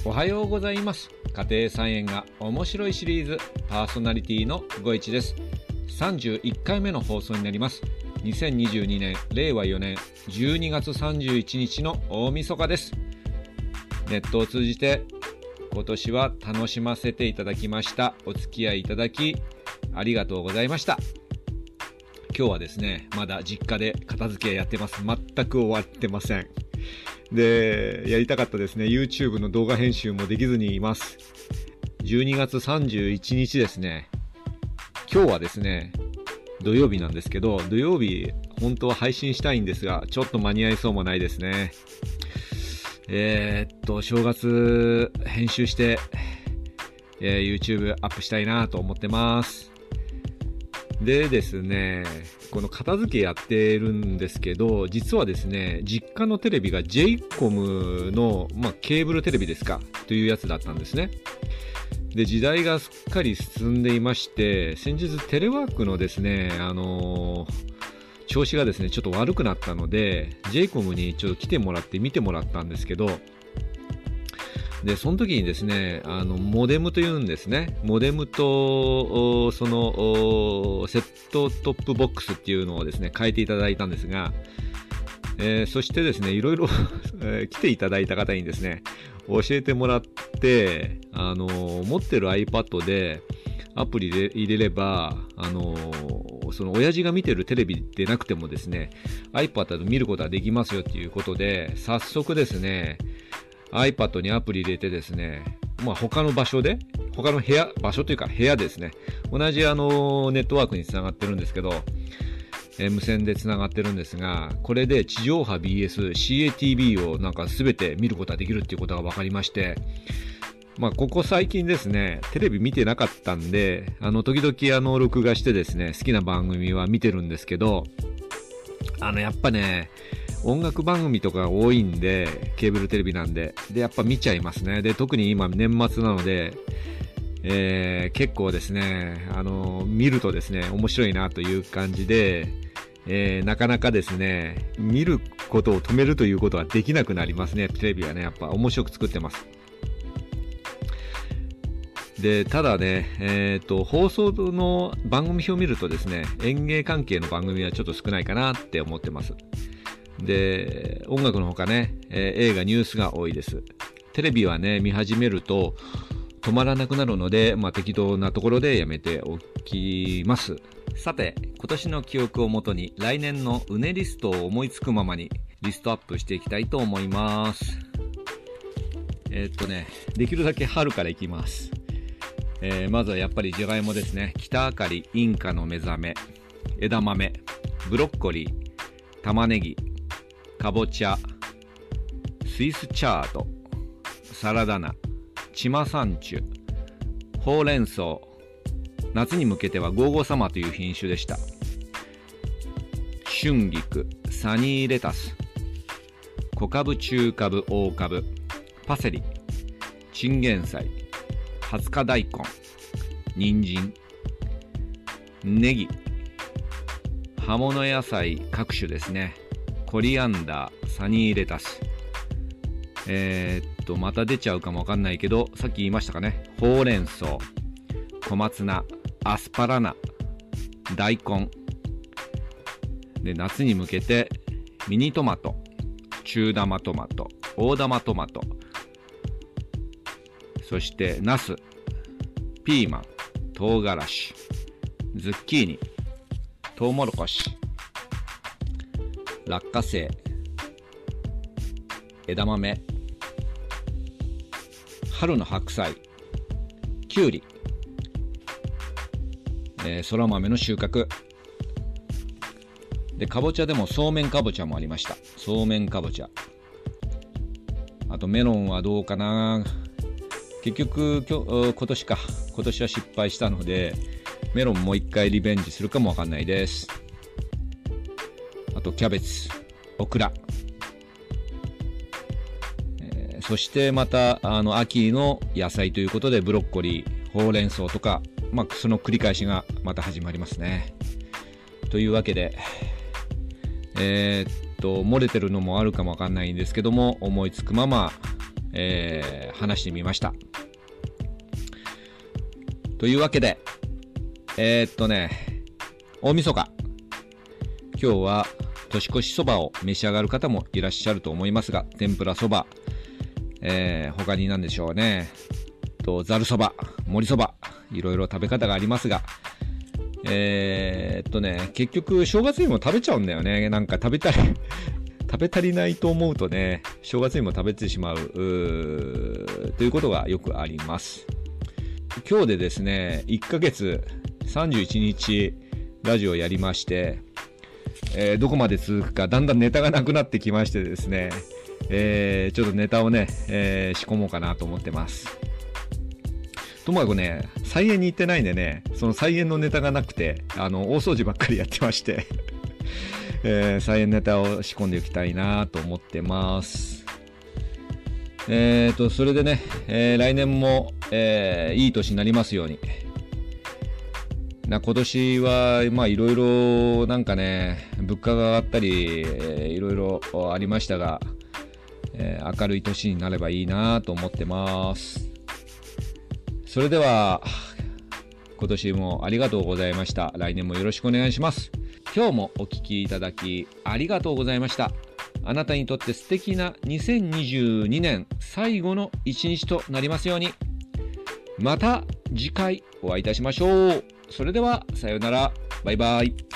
おはようございます。家庭菜園が面白いシリーズパーソナリティのごいちです。31回目の放送になります。2022年令和4年12月31日の大晦日です。ネットを通じて今年は楽しませていただきました。お付き合いいただきありがとうございました。今日はですね、まだ実家で片付けやってます。全く終わってません。で、やりたかったですね。YouTube の動画編集もできずにいます。12月31日ですね。今日はですね、土曜日なんですけど、土曜日本当は配信したいんですが、ちょっと間に合いそうもないですね。正月編集して、YouTube アップしたいなと思ってます。でですね、この片付けやってるんですけど、実はですね、実家のテレビが J-COM の、ケーブルテレビですかというやつだったんですね。で、時代がすっかり進んでいまして、先日テレワークのですね、調子がですね、ちょっと悪くなったので、J-COM にちょっと来てもらって見てもらったんですけど、で、その時にですね、モデムというんですね。モデムと、セットトップボックスっていうのをですね、変えていただいたんですが、そしてですね、いろいろ来ていただいた方にですね、教えてもらって、持ってる iPad でアプリで入れれば、その親父が見てるテレビでなくてもですね、iPad で見ることができますよっていうことで、早速ですね、iPad にアプリ入れてですね、他の場所で、他の部屋、場所というか部屋ですね、同じネットワークにつながってるんですけど、無線でつながってるんですが、これで地上波 BS、CATV をなんか全て見ることができるっていうことが分かりまして、ここ最近ですね、テレビ見てなかったんで、時々録画してですね、好きな番組は見てるんですけど、やっぱね、音楽番組とかが多いんで、ケーブルテレビなんで、やっぱ見ちゃいますね。で、特に今年末なので、結構ですね、見るとですね、面白いなという感じで、なかなかですね、見ることを止めるということはできなくなりますね。テレビはね、やっぱ面白く作ってます。で、ただね、放送の番組表を見るとですね、演芸関係の番組はちょっと少ないかなって思ってます。で、音楽のほかね、映画、ニュースが多いです。テレビはね、見始めると止まらなくなるので、適当なところでやめておきます。さて、今年の記憶をもとに来年のうねリストを思いつくままにリストアップしていきたいと思います。できるだけ春からいきます。まずはやっぱりじゃがいもですね。北あかり、インカの目覚め、枝豆、ブロッコリー、玉ねぎ、かぼちゃ、スイスチャート、サラダ菜、チマサンチュ、ほうれん草、夏に向けてはゴーゴーサマーという品種でした。春菊、サニーレタス、小かぶ、中かぶ、大かぶ、パセリ、チンゲン菜、20日大根、人参、ネギ、葉物野菜各種ですね。コリアンダー、サニーレタス。また出ちゃうかもわかんないけど、さっき言いましたかね。ほうれん草、小松菜、アスパラ菜、大根。で、夏に向けて、ミニトマト、中玉トマト、大玉トマト。そして、ナス、ピーマン、唐辛子、ズッキーニ、トウモロコシ、落花生、枝豆、春の白菜、きゅうり、そら豆の収穫で、かぼちゃでもそうめんかぼちゃもありました。そうめんかぼちゃ。あとメロンはどうかな。結局今年は失敗したので、メロンもう一回リベンジするかもわかんないです。あとキャベツ、オクラ、そしてまた秋の野菜ということでブロッコリー、ほうれん草とか、その繰り返しがまた始まりますね。というわけで、漏れてるのもあるかもわかんないんですけども、思いつくまま話してみました。というわけで、大晦日、今日は年越しそばを召し上がる方もいらっしゃると思いますが、天ぷらそば、他に何でしょうね、ざるそば、盛りそば、いろいろ食べ方がありますが、結局正月にも食べちゃうんだよね。なんか食べ足りないと思うとね、正月にも食べてしまうということがよくあります。今日でですね、1ヶ月31日ラジオやりまして、どこまで続くかだんだんネタがなくなってきましてですね、ちょっとネタをね、仕込もうかなと思ってます。ともかくね、菜園に行ってないんでね、その菜園のネタがなくて、大掃除ばっかりやってまして、菜園ネタを仕込んでいきたいなと思ってます。それでね、来年も、いい年になりますように。今年は、まあいろいろなんかね、物価が上がったり、いろいろありましたが、明るい年になればいいなと思ってます。それでは、今年もありがとうございました。来年もよろしくお願いします。今日もお聞きいただきありがとうございました。あなたにとって素敵な2022年最後の一日となりますように。また次回お会いいたしましょう。それではさようなら。バイバイ。